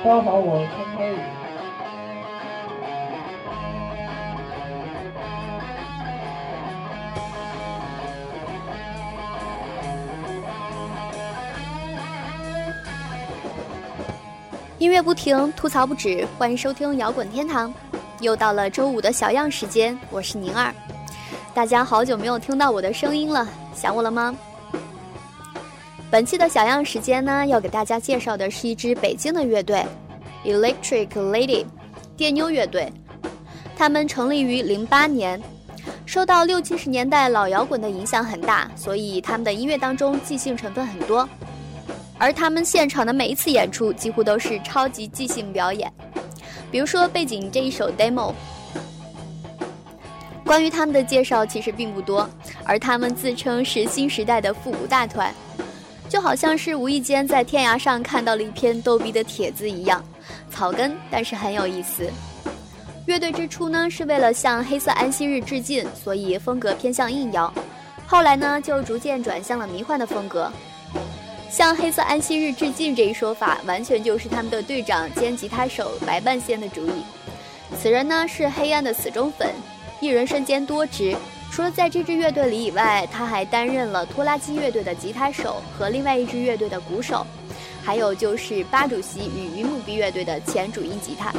帮忙我看看雨。 音乐不停，吐槽不止，欢迎收听摇滚天堂。又到了周五的小样时间，我是宁儿。大家好久没有听到我的声音了，想我了吗？本期的小样时间呢，要给大家介绍的是一支北京的乐队 Electric Lady 电妞乐队。他们成立于08年，受到60、70年代老摇滚的影响很大，所以他们的音乐当中即兴成分很多。而他们现场的每一次演出几乎都是超级即兴表演，比如说背景这一首 demo。 关于他们的介绍其实并不多，而他们自称是新时代的复古大团，就好像是无意间在天涯上看到了一篇逗逼的帖子一样，草根但是很有意思。乐队之初呢是为了向黑色安息日致敬，所以风格偏向硬摇，后来呢就逐渐转向了迷幻的风格。向黑色安息日致敬这一说法，完全就是他们的队长兼吉他手白半仙的主意。此人呢是黑暗的死忠粉，一人身兼多职，除了在这支乐队里以外，他还担任了拖拉机乐队的吉他手和另外一支乐队的鼓手，还有就是巴主席与云母碧乐队的前主音吉他。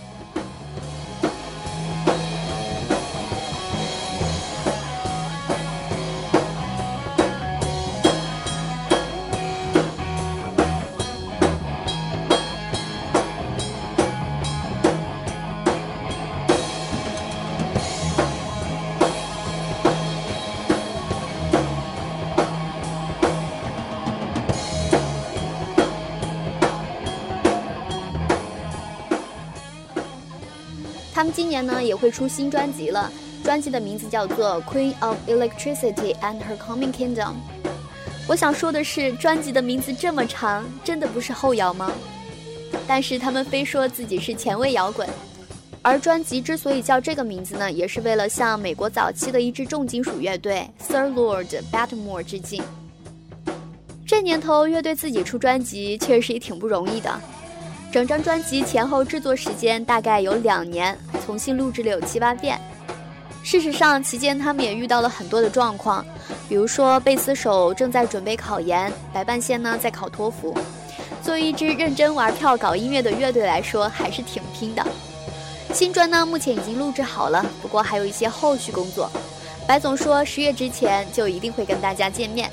他们今年呢也会出新专辑了，专辑的名字叫做 Queen of Electricity and Her Coming Kingdom。 我想说的是，专辑的名字这么长，真的不是后摇吗？但是他们非说自己是前卫摇滚。而专辑之所以叫这个名字呢，也是为了向美国早期的一支重金属乐队 Sir Lord Baltimore 致敬。这年头乐队自己出专辑确实也挺不容易的，整张专辑前后制作时间大概有2年，重新录制了有7、8遍。事实上期间他们也遇到了很多的状况，比如说贝斯手正在准备考研，白半仙呢在考托福。作为一支认真玩票搞音乐的乐队来说，还是挺拼的。新专呢目前已经录制好了，不过还有一些后续工作。白总说10月之前就一定会跟大家见面。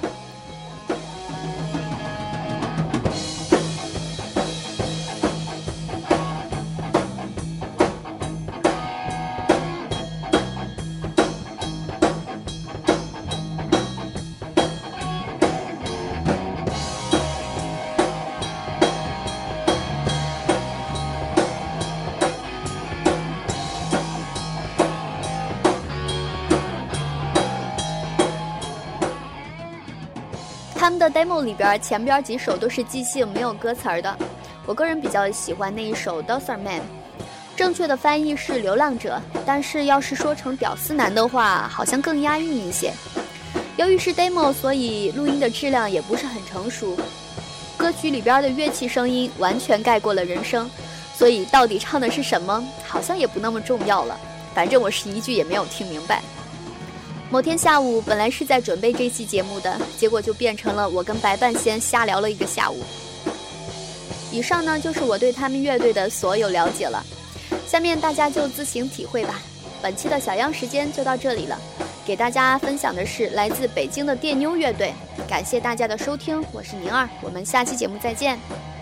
他们的 demo 里边前边几首都是即兴没有歌词的，我个人比较喜欢那一首 Dozer Man， 正确的翻译是流浪者，但是要是说成屌丝男的话好像更押韵一些。由于是 demo， 所以录音的质量也不是很成熟，歌曲里边的乐器声音完全盖过了人声，所以到底唱的是什么好像也不那么重要了，反正我是一句也没有听明白。某天下午本来是在准备这期节目的，结果就变成了我跟白半仙瞎聊了一个下午。以上呢就是我对他们乐队的所有了解了，下面大家就自行体会吧。本期的小样时间就到这里了，给大家分享的是来自北京的电妞乐队。感谢大家的收听，我是宁儿，我们下期节目再见。